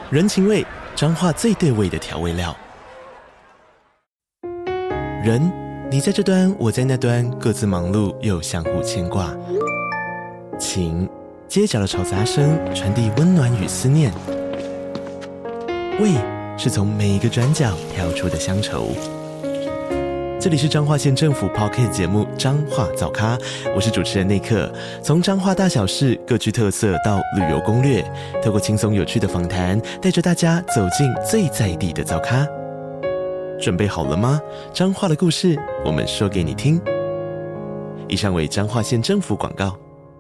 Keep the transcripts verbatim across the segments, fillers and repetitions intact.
人情味，彰化最对味的调味料。人，你在这端，我在那端，各自忙碌又相互牵挂。情，街角的吵杂声传递温暖与思念。味，是从每一个转角跳出的乡愁。这里是彰化县政府 Podcast 节目《彰化早咖》，我是主持人内克。从彰化大小事各具特色到旅游攻略，透过轻松有趣的访谈，带着大家走进最在地的早咖。准备好了吗？彰化的故事，我们说给你听。以上为彰化县政府广告。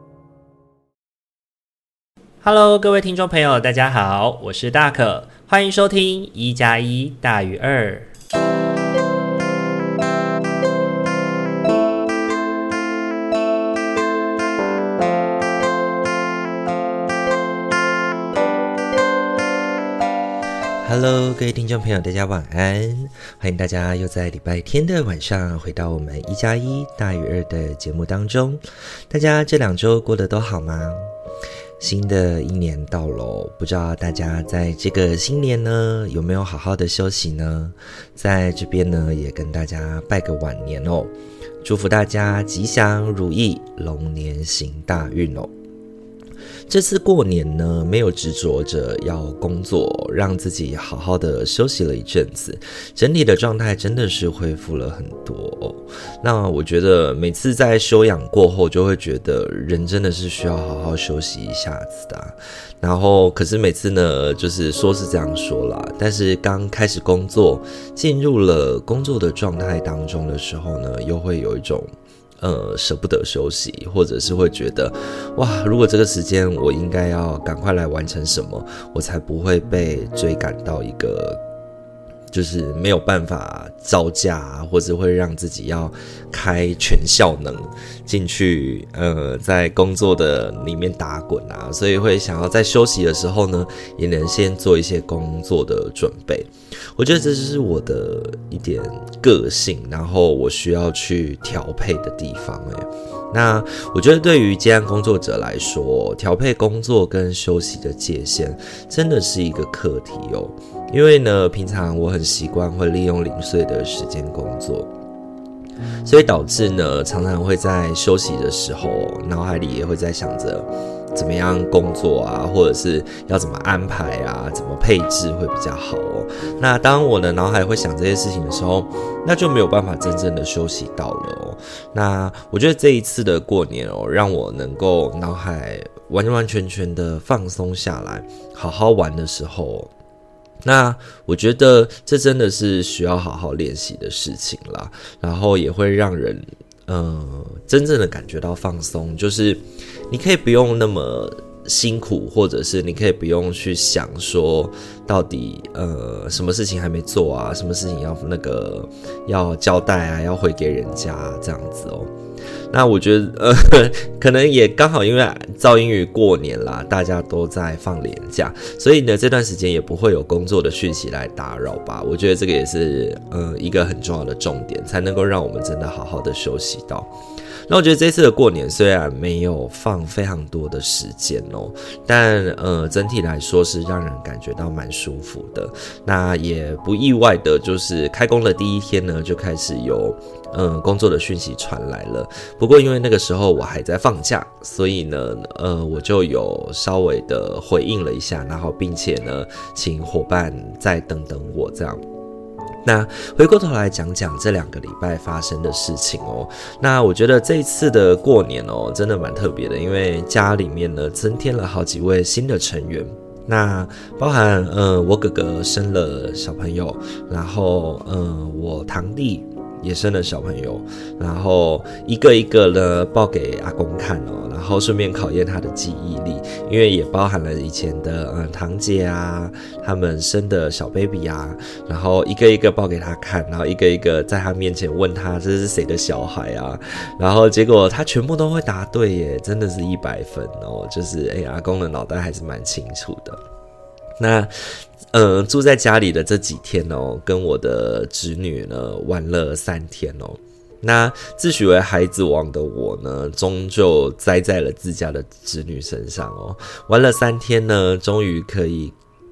Hello， 各位听众朋友，大家好，我是大可，欢迎收听一加一大于二。Hello， 各位听众朋友，大家晚安！欢迎大家又在礼拜天的晚上回到我们一加一大于二的节目当中。大家这两周过得都好吗？新的一年到了，不知道大家在这个新年呢有没有好好的休息呢？在这边呢也跟大家拜个晚年哦，祝福大家吉祥如意，龙年行大运哦。这次过年呢，没有执着着要工作，让自己好好的休息了一阵子，整体的状态真的是恢复了很多哦。那我觉得每次在休养过后，就会觉得人真的是需要好好休息一下子的啊。然后，可是每次呢，就是说是这样说啦，但是刚开始工作，进入了工作的状态当中的时候呢，又会有一种呃，舍不得休息，或者是会觉得哇，如果这个时间我应该要赶快来完成什么，我才不会被追赶到一个就是没有办法招架啊，或者会让自己要开全效能进去，呃，在工作的里面打滚啊，所以会想要在休息的时候呢，也能先做一些工作的准备。我觉得这就是我的一点个性，然后我需要去调配的地方。欸，那我觉得对于接案工作者来说，调配工作跟休息的界限真的是一个课题哦。因为呢，平常我很习惯会利用零碎的时间工作，所以导致呢，常常会在休息的时候，脑海里也会在想着怎么样工作啊，或者是要怎么安排啊，怎么配置会比较好哦。那当我的脑海会想这些事情的时候，那就没有办法真正的休息到了哦。那我觉得这一次的过年哦，让我能够脑海完完全全的放松下来，好好玩的时候，那我觉得这真的是需要好好练习的事情啦，然后也会让人呃真正的感觉到放松，就是你可以不用那么辛苦，或者是你可以不用去想说到底呃什么事情还没做啊，什么事情要那个要交代啊，要回给人家啊，这样子哦。那我觉得呃可能也刚好因为噪音于过年啦，大家都在放连假，所以呢这段时间也不会有工作的讯息来打扰吧。我觉得这个也是呃一个很重要的重点，才能够让我们真的好好的休息到。那我觉得这次的过年虽然没有放非常多的时间哦，但呃整体来说是让人感觉到蛮舒服的。那也不意外的，就是开工的第一天呢，就开始有呃工作的讯息传来了。不过因为那个时候我还在放假，所以呢呃我就有稍微的回应了一下，然后并且呢请伙伴再等等我这样。那回过头来讲讲这两个礼拜发生的事情哦。那我觉得这一次的过年哦，真的蛮特别的，因为家里面呢增添了好几位新的成员。那包含呃我哥哥生了小朋友，然后呃我堂弟也生了小朋友，然后一个一个呢报给阿公看哦，然后顺便考验他的记忆力，因为也包含了以前的呃堂姐啊，他们生的小 baby 啊，然后一个一个报给他看，然后一个一个在他面前问他这是谁的小孩啊，然后结果他全部都会答对耶，真的是一百分哦，就是哎阿公的脑袋还是蛮清楚的。那呃，住在家里的这几天哦，跟我的侄女呢玩了三天哦。那自诩为孩子王的我呢，终究栽在了自家的侄女身上哦。玩了三天呢，终于可以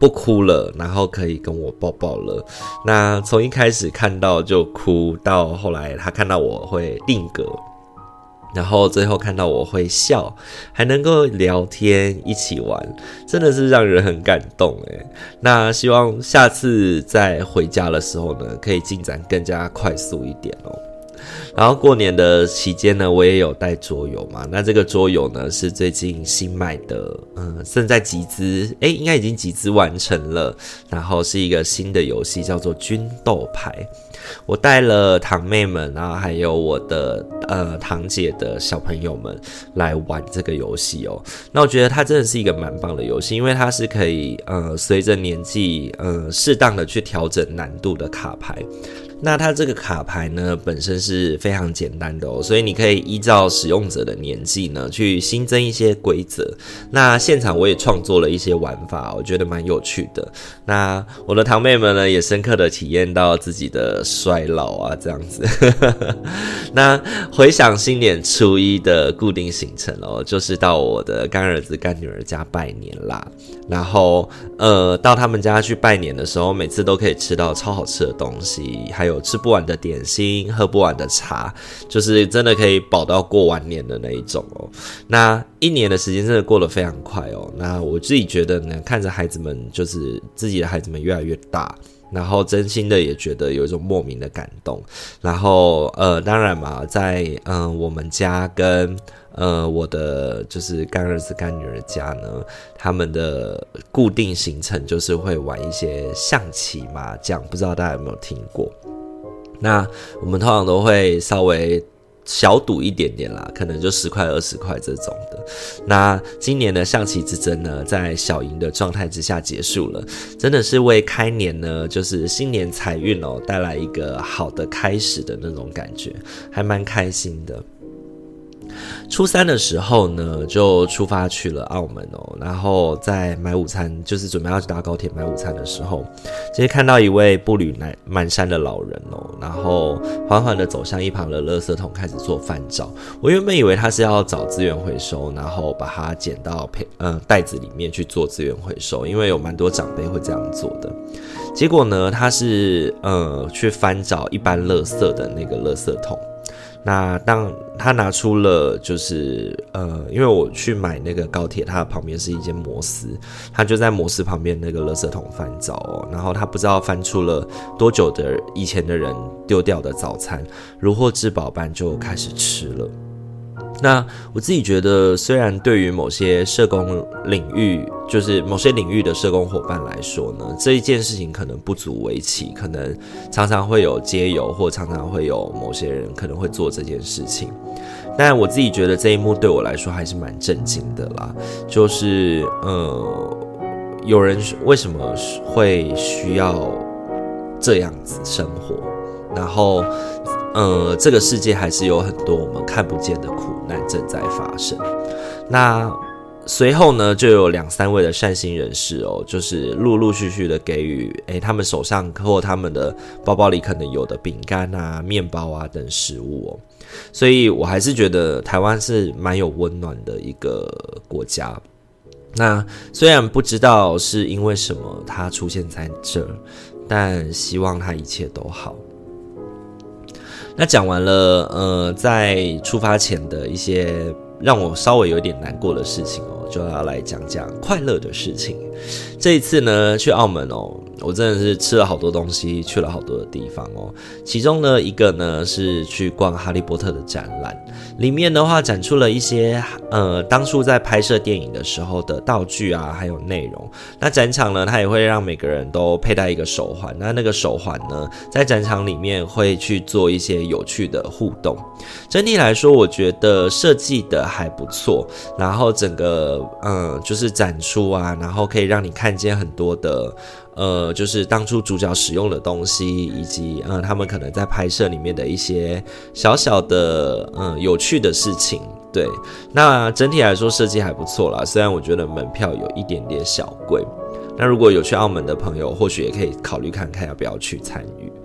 不哭了，然后可以跟我抱抱了。那从一开始看到就哭，到后来他看到我会定格，然后最后看到我会笑，还能够聊天一起玩，真的是让人很感动耶。那希望下次再回家的时候呢，可以进展更加快速一点哦。然后过年的期间呢，我也有带桌游嘛。那这个桌游呢是最近新买的，嗯，正在集资，诶，应该已经集资完成了。然后是一个新的游戏，叫做军斗牌。我带了堂妹们，然后还有我的呃堂姐的小朋友们来玩这个游戏哦。那我觉得它真的是一个蛮棒的游戏，因为它是可以呃随着年纪呃适当的去调整难度的卡牌。那它这个卡牌呢本身是非常简单的哦，所以你可以依照使用者的年纪呢去新增一些规则。那现场我也创作了一些玩法，我觉得蛮有趣的。那我的堂妹们呢也深刻的体验到自己的衰老啊这样子。那回想新年初一的固定行程哦，就是到我的干儿子干女儿家拜年啦。然后呃到他们家去拜年的时候，每次都可以吃到超好吃的东西，还有有吃不完的点心，喝不完的茶，就是真的可以饱到过完年的那一种哦。那一年的时间真的过得非常快哦。那我自己觉得呢，看着孩子们，就是自己的孩子们越来越大，然后真心的也觉得有一种莫名的感动。然后呃，当然嘛，在嗯、呃、我们家跟呃，我的就是干儿子干女儿家呢，他们的固定行程就是会玩一些象棋麻将，不知道大家有没有听过？那我们通常都会稍微小赌一点点啦，可能就十块二十块这种的。那今年的象棋之争呢，在小赢的状态之下结束了，真的是为开年呢，就是新年财运哦，带来一个好的开始的那种感觉，还蛮开心的。初三的时候呢，就出发去了澳门哦，然后在买午餐，就是准备要去搭高铁买午餐的时候，其实看到一位步履蹒跚的老人哦，然后缓缓的走向一旁的垃圾桶，开始做饭找。我原本以为他是要找资源回收，然后把它捡到呃袋子里面去做资源回收，因为有蛮多长辈会这样做的。结果呢，他是呃去翻找一般垃圾的那个垃圾桶。那当他拿出了就是呃，因为我去买那个高铁，它旁边是一间摩斯，他就在摩斯旁边那个垃圾桶翻找哦，然后他不知道翻出了多久的以前的人丢掉的早餐，如获至宝般就开始吃了。那我自己觉得，虽然对于某些社工领域，就是某些领域的社工伙伴来说呢，这一件事情可能不足为奇，可能常常会有街友，或常常会有某些人可能会做这件事情。但我自己觉得这一幕对我来说还是蛮震惊的啦，就是呃，有人为什么会需要这样子生活，然后呃，这个世界还是有很多我们看不见的苦难正在发生。那随后呢，就有两三位的善心人士哦，就是陆陆续续的给予，诶，他们手上或他们的包包里可能有的饼干啊、面包啊等食物哦。所以我还是觉得台湾是蛮有温暖的一个国家。那虽然不知道是因为什么它出现在这儿，但希望它一切都好。那讲完了，呃，在出发前的一些让我稍微有点难过的事情哦，就要来讲讲快乐的事情。这一次呢，去澳门哦，我真的是吃了好多东西，去了好多的地方哦。其中呢，一个呢是去逛哈利波特的展览，里面的话展出了一些呃当初在拍摄电影的时候的道具啊，还有内容。那展场呢，它也会让每个人都佩戴一个手环，那那个手环呢，在展场里面会去做一些有趣的互动。整体来说，我觉得设计的还不错，然后整个呃就是展出啊，然后可以让你看见很多的呃，就是当初主角使用的东西，以及呃他们可能在拍摄里面的一些小小的嗯、呃、有趣的事情。对，那整体来说设计还不错啦，虽然我觉得门票有一点点小贵。那如果有去澳门的朋友，或许也可以考虑看看要不要去参与。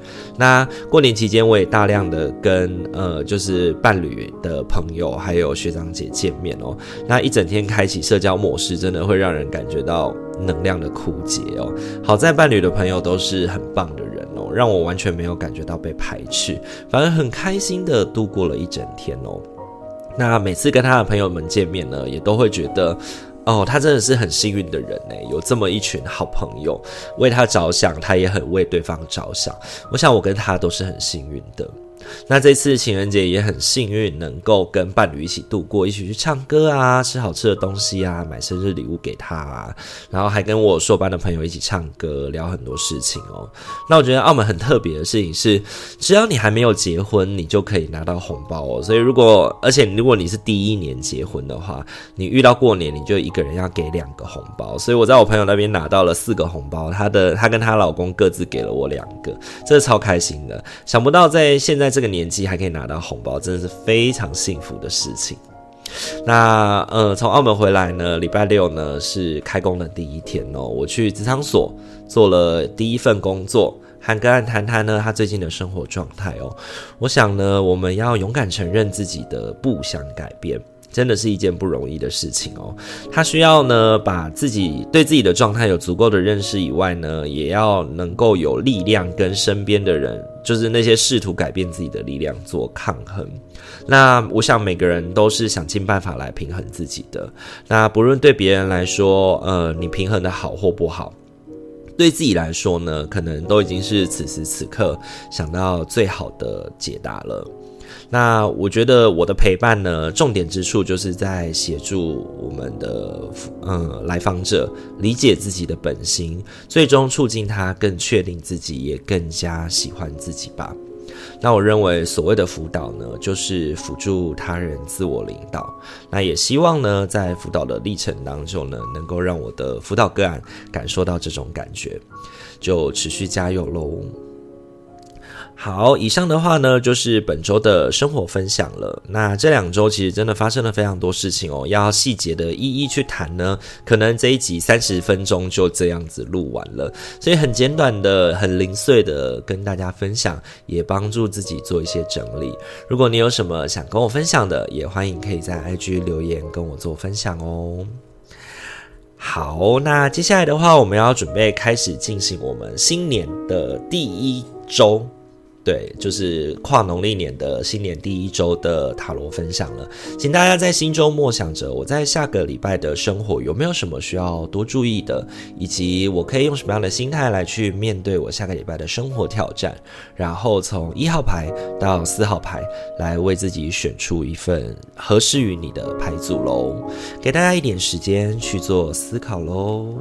那过年期间我也大量的跟呃就是伴侣的朋友还有学长姐见面哦，那一整天开启社交模式真的会让人感觉到能量的枯竭哦。好在伴侣的朋友都是很棒的人哦，让我完全没有感觉到被排斥，反而很开心的度过了一整天哦。那每次跟他的朋友们见面呢，也都会觉得哦，他真的是很幸运的人耶，有这么一群好朋友为他着想，他也很为对方着想。我想我跟他都是很幸运的。那这次情人节也很幸运能够跟伴侣一起度过，一起去唱歌啊，吃好吃的东西啊，买生日礼物给他啊，然后还跟我硕班的朋友一起唱歌，聊很多事情哦。那我觉得澳门很特别的事情是，只要你还没有结婚，你就可以拿到红包哦。所以如果而且如果你是第一年结婚的话，你遇到过年你就一个人要给两个红包。所以我在我朋友那边拿到了四个红包，她的她跟她老公各自给了我两个，真的超开心的。想不到在现在这个年纪还可以拿到红包，真的是非常幸福的事情。那呃，从澳门回来呢，礼拜六呢是开工的第一天哦，我去职场所做了第一份工作，和个案谈谈呢他最近的生活状态哦。我想呢，我们要勇敢承认自己的不想改变，真的是一件不容易的事情哦。他需要呢，把自己对自己的状态有足够的认识以外呢，也要能够有力量跟身边的人，就是那些试图改变自己的力量做抗衡。那我想每个人都是想尽办法来平衡自己的。那不论对别人来说，呃，你平衡的好或不好，对自己来说呢，可能都已经是此时此刻想到最好的解答了。那我觉得我的陪伴呢，重点之处就是在协助我们的嗯来访者理解自己的本心，最终促进他更确定自己，也更加喜欢自己吧。那我认为所谓的辅导呢，就是辅助他人自我领导。那也希望呢，在辅导的历程当中呢，能够让我的辅导个案感受到这种感觉，就持续加油咯。好，以上的话呢，就是本周的生活分享了。那这两周其实真的发生了非常多事情哦，要细节的一一去谈呢，可能这一集三十分钟就这样子录完了，所以很简短的、很零碎的跟大家分享，也帮助自己做一些整理。如果你有什么想跟我分享的，也欢迎可以在 I G 留言跟我做分享哦。好，那接下来的话，我们要准备开始进行我们新年的第一周。对，就是跨农历年的新年第一周的塔罗分享了，请大家在心中默想着，我在下个礼拜的生活有没有什么需要多注意的，以及我可以用什么样的心态来去面对我下个礼拜的生活挑战，然后从一号牌到四号牌来为自己选出一份合适于你的牌组咯，给大家一点时间去做思考咯。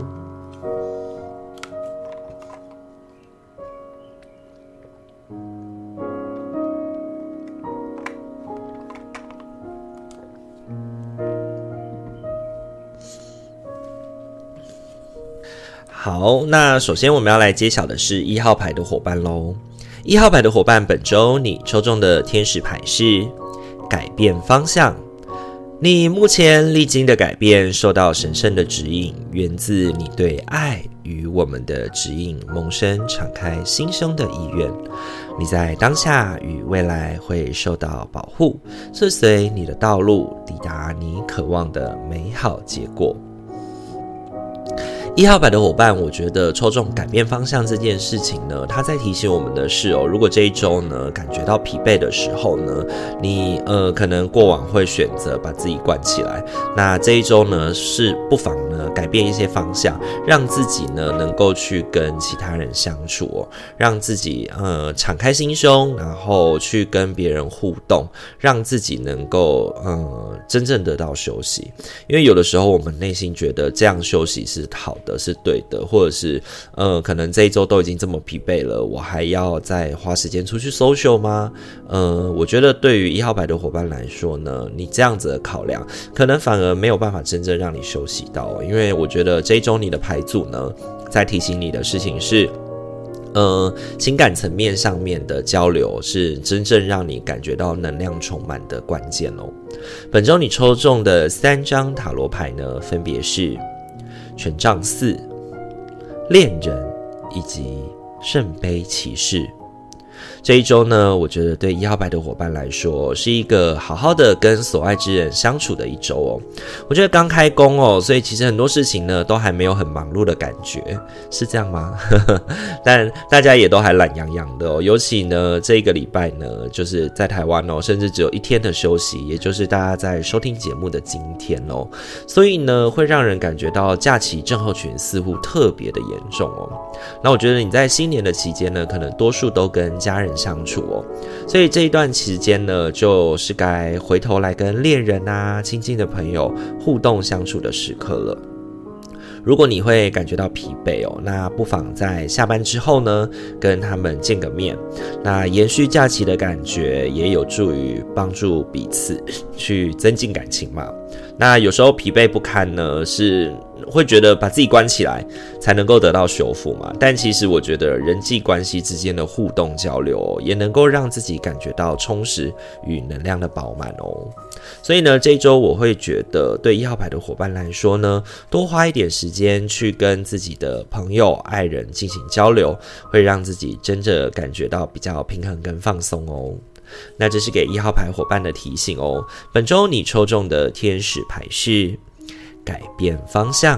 好，那首先我们要来揭晓的是一号牌的伙伴咯。一号牌的伙伴，本周你抽中的天使牌是改变方向。你目前历经的改变受到神圣的指引，源自你对爱与我们的指引萌生敞开心胸的意愿。你在当下与未来会受到保护，顺随你的道路，抵达你渴望的美好结果。一号牌的伙伴，我觉得抽中改变方向这件事情呢，它在提醒我们的是哦，如果这一周呢感觉到疲惫的时候呢，你呃可能过往会选择把自己关起来，那这一周呢是不妨呢改变一些方向，让自己呢能够去跟其他人相处哦，让自己呃敞开心胸，然后去跟别人互动，让自己能够呃真正得到休息。因为有的时候我们内心觉得这样休息是好的，是对的，或者是呃，可能这一周都已经这么疲惫了，我还要再花时间出去 social 吗？呃，我觉得对于一号牌的伙伴来说呢，你这样子的考量，可能反而没有办法真正让你休息到，因为我觉得这一周你的牌组呢，在提醒你的事情是。呃，情感层面上面的交流是真正让你感觉到能量充满的关键哦。本周你抽中的三张塔罗牌呢，分别是权杖四、恋人以及圣杯骑士。 这一周呢，我觉得对一号牌的伙伴来说，是一个好好的跟所爱之人相处的一周哦。我觉得刚开工哦，所以其实很多事情呢都还没有很忙碌的感觉，是这样吗？但大家也都还懒洋洋的哦。尤其呢，这一个礼拜呢，就是在台湾哦，甚至只有一天的休息，也就是大家在收听节目的今天哦，所以呢，会让人感觉到假期症候群似乎特别的严重哦。那我觉得你在新年的期间呢，可能多数都跟家人相处哦，所以这一段期间呢，就是该回头来跟恋人啊、亲近的朋友互动相处的时刻了。如果你会感觉到疲惫哦，那不妨在下班之后呢，跟他们见个面，那延续假期的感觉，也有助于帮助彼此去增进感情嘛。那有时候疲惫不堪呢，是会觉得把自己关起来才能够得到修复嘛，但其实我觉得人际关系之间的互动交流哦，也能够让自己感觉到充实与能量的饱满哦。所以呢，这一周我会觉得对一号牌的伙伴来说呢，多花一点时间去跟自己的朋友、爱人进行交流，会让自己真的感觉到比较平衡跟放松哦。那这是给一号牌伙伴的提醒哦。本周你抽中的天使牌是改变方向。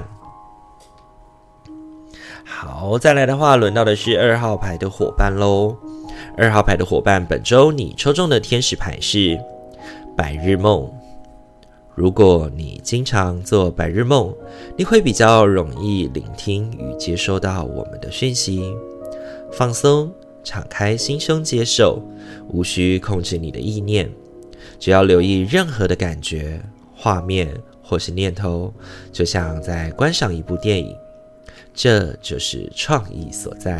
好，再来的话，轮到的是二号牌的伙伴咯。二号牌的伙伴，本周你抽中的天使牌是白日梦。如果你经常做白日梦，你会比较容易聆听与接收到我们的讯息。放松，敞开心胸接受，无需控制你的意念，只要留意任何的感觉、画面或是念头，就像在观赏一部电影，这就是创意所在。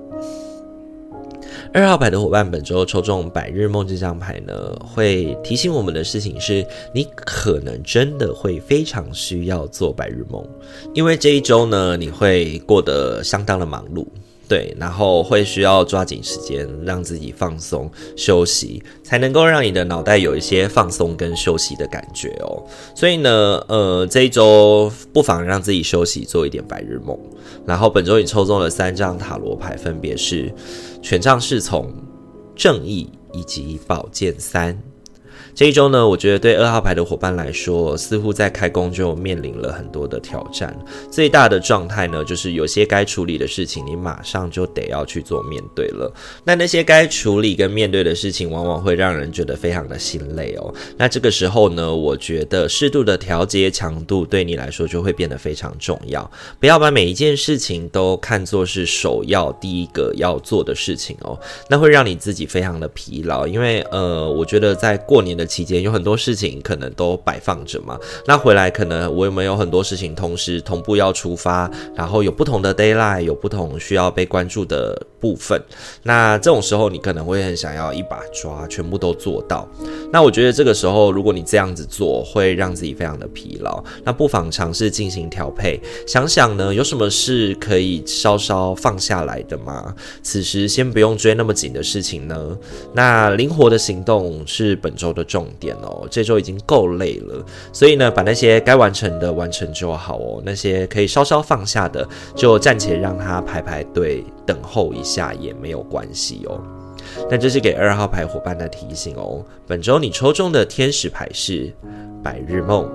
二号牌的伙伴，本周抽中百日梦这张牌呢，会提醒我们的事情是，你可能真的会非常需要做百日梦，因为这一周呢，你会过得相当的忙碌。对，然后会需要抓紧时间让自己放松休息，才能够让你的脑袋有一些放松跟休息的感觉哦。所以呢，呃，这一周不妨让自己休息，做一点白日梦。然后本周你抽中了三张塔罗牌，分别是权杖侍从、正义以及宝剑三。这一周呢，我觉得对二号牌的伙伴来说，似乎在开工就面临了很多的挑战。最大的状态呢，就是有些该处理的事情，你马上就得要去做面对了。那那些该处理跟面对的事情，往往会让人觉得非常的心累哦。那这个时候呢，我觉得适度的调节强度对你来说就会变得非常重要。不要把每一件事情都看作是首要第一个要做的事情哦，那会让你自己非常的疲劳。因为呃，我觉得在过年的期间有很多事情可能都摆放着嘛，那回来可能我们有很多事情同时同步要出发，然后有不同的 deadline， 有不同需要被关注的部分，那这种时候你可能会很想要一把抓，全部都做到。那我觉得这个时候如果你这样子做，会让自己非常的疲劳，那不妨尝试进行调配，想想呢有什么是可以稍稍放下来的吗？此时先不用追那么紧的事情呢，那灵活的行动是本周的重点哦。这周已经够累了，所以呢把那些该完成的完成就好哦，那些可以稍稍放下的就暂且让它排排队等候一下也没有关系哦。那这是给二号牌伙伴的提醒哦。本周你抽中的天使牌是白日梦。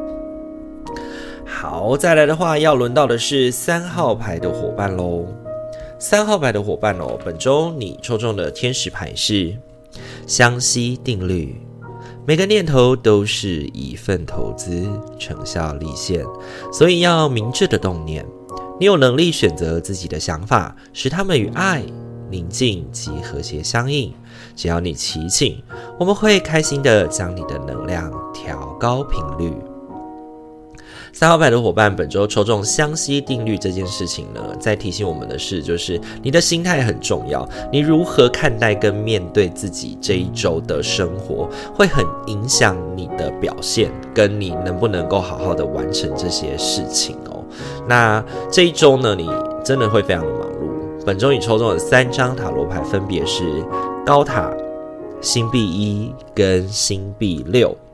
好，再来的话要轮到的是三号牌的伙伴咯。三号牌的伙伴哦，本周你抽中的天使牌是相吸定律。每个念头都是一份投资，成效立现，所以要明智的动念。你有能力选择自己的想法，使它们与爱、宁静及和谐相应。只要你祈请，我们会开心的将你的能量调高频率。三号牌的伙伴，本周抽中相吸定律这件事情呢，在提醒我们的是，就是你的心态很重要，你如何看待跟面对自己这一周的生活，会很影响你的表现，跟你能不能够好好的完成这些事情哦。那这一周呢，你真的会非常的忙碌。本周你抽中的三张塔罗牌分别是高塔、星币一跟星币六。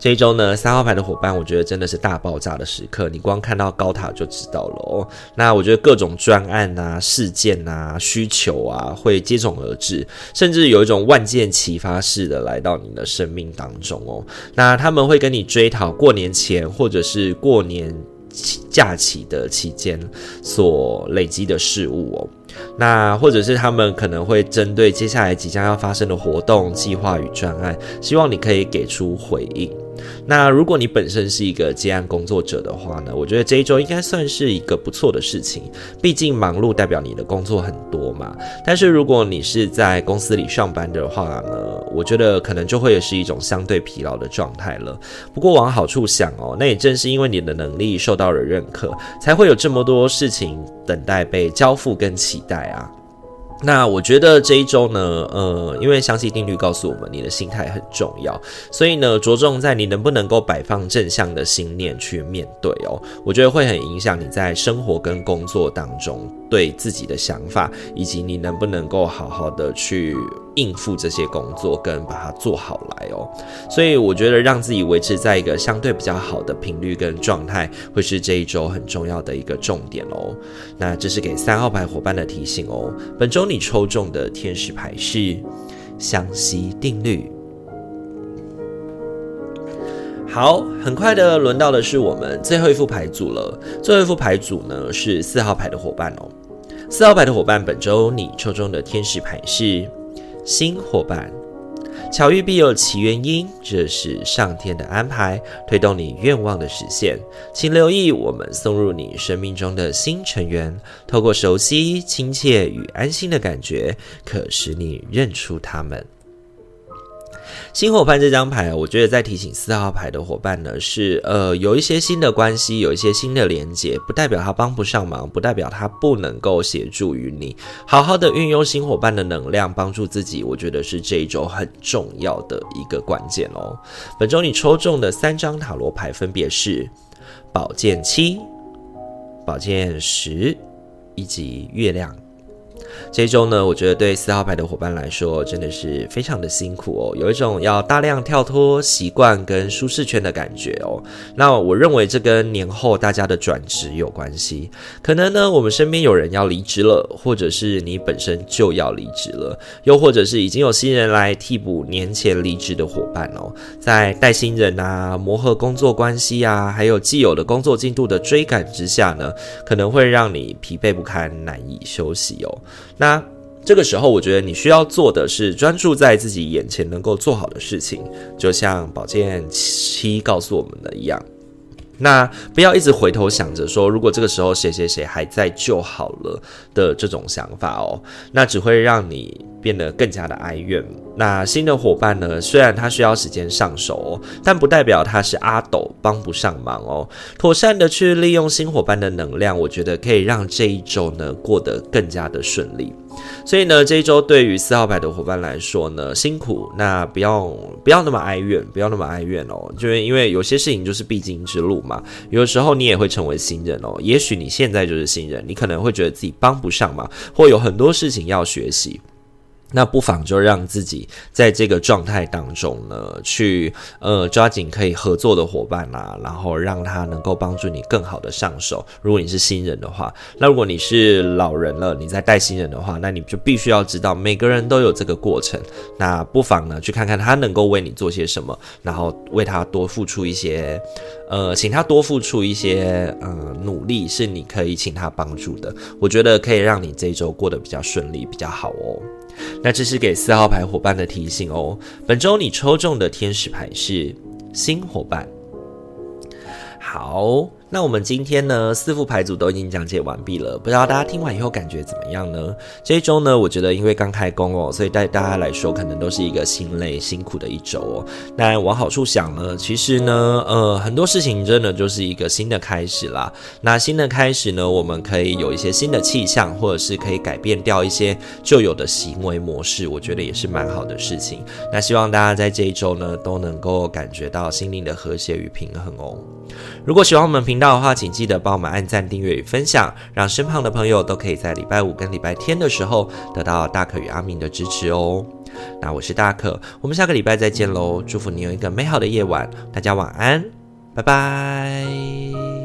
这一周呢，三号牌的伙伴，我觉得真的是大爆炸的时刻，你光看到高塔就知道了哦。那我觉得各种专案啊、事件啊、需求啊，会接踵而至，甚至有一种万箭齐发式的来到你的生命当中哦。那他们会跟你追讨过年前或者是过年假期的期间所累积的事物哦。那或者是他们可能会针对接下来即将要发生的活动计划与专案，希望你可以给出回应。那如果你本身是一个接案工作者的话呢，我觉得这一周应该算是一个不错的事情，毕竟忙碌代表你的工作很多嘛。但是如果你是在公司里上班的话呢，我觉得可能就会是一种相对疲劳的状态了。不过往好处想哦，那也正是因为你的能力受到了认可，才会有这么多事情等待被交付跟期待啊。那我觉得这一周呢，呃，因为详细定律告诉我们，你的心态很重要，所以呢，着重在你能不能够摆放正向的心念去面对哦，我觉得会很影响你在生活跟工作当中对自己的想法，以及你能不能够好好的去应付这些工作跟把它做好来哦。所以我觉得让自己维持在一个相对比较好的频率跟状态，会是这一周很重要的一个重点哦。那这是给三号牌伙伴的提醒哦。本周你抽中的天使牌是详细定律。好，很快的轮到的是我们最后一副牌组了。最后一副牌组呢是四号牌的伙伴哦。四号牌的伙伴，本周你抽中的天使牌是新伙伴。巧遇必有其原因，这是上天的安排，推动你愿望的实现。请留意我们送入你生命中的新成员，透过熟悉、亲切与安心的感觉，可使你认出他们。新伙伴这张牌，我觉得在提醒四号牌的伙伴呢，是呃有一些新的关系，有一些新的连结，不代表他帮不上忙，不代表他不能够协助于你。好好的运用新伙伴的能量，帮助自己，我觉得是这一周很重要的一个关键哦。本周你抽中的三张塔罗牌分别是宝剑七、宝剑十以及月亮。这一周呢，我觉得对四号牌的伙伴来说真的是非常的辛苦哦，有一种要大量跳脱习惯跟舒适圈的感觉哦。那我认为这跟年后大家的转职有关系，可能呢我们身边有人要离职了，或者是你本身就要离职了，又或者是已经有新人来替补年前离职的伙伴哦，在带新人啊、磨合工作关系啊，还有既有的工作进度的追赶之下呢，可能会让你疲惫不堪，难以休息哦。那这个时候我觉得你需要做的是专注在自己眼前能够做好的事情，就像宝剑七告诉我们的一样，那不要一直回头想着说如果这个时候谁谁谁还在就好了的这种想法哦，那只会让你变得更加的哀怨。那新的伙伴呢，虽然他需要时间上手哦，但不代表他是阿斗帮不上忙哦。妥善的去利用新伙伴的能量，我觉得可以让这一周呢过得更加的顺利。所以呢，这一周对于四号牌的伙伴来说呢，辛苦，那不要不要那么哀怨，不要那么哀怨哦，就是因为有些事情就是必经之路嘛。有的时候你也会成为新人哦，也许你现在就是新人，你可能会觉得自己帮不上忙，或有很多事情要学习。那不妨就让自己在这个状态当中呢，去呃抓紧可以合作的伙伴啊，然后让他能够帮助你更好的上手。如果你是新人的话，那如果你是老人了，你在带新人的话，那你就必须要知道每个人都有这个过程。那不妨呢去看看他能够为你做些什么，然后为他多付出一些呃请他多付出一些呃努力，是你可以请他帮助的。我觉得可以让你这一周过得比较顺利，比较好哦。那这是给四号牌伙伴的提醒哦。本周你抽中的天使牌是新伙伴。好，那我们今天呢四副牌组都已经讲解完毕了，不知道大家听完以后感觉怎么样呢？这一周呢，我觉得因为刚开工哦，所以对大家来说可能都是一个心累辛苦的一周哦。但往好处想呢，其实呢，呃，很多事情真的就是一个新的开始啦。那新的开始呢，我们可以有一些新的气象，或者是可以改变掉一些旧有的行为模式，我觉得也是蛮好的事情。那希望大家在这一周呢，都能够感觉到心灵的和谐与平衡哦。如果喜欢我们频道的话，请记得帮我们按赞、订阅与分享，让身旁的朋友都可以在礼拜五跟礼拜天的时候得到大可与阿明的支持哦。 那我是大可，我们下个礼拜再见喽，祝福你有一个美好的夜晚，大家晚安，拜拜。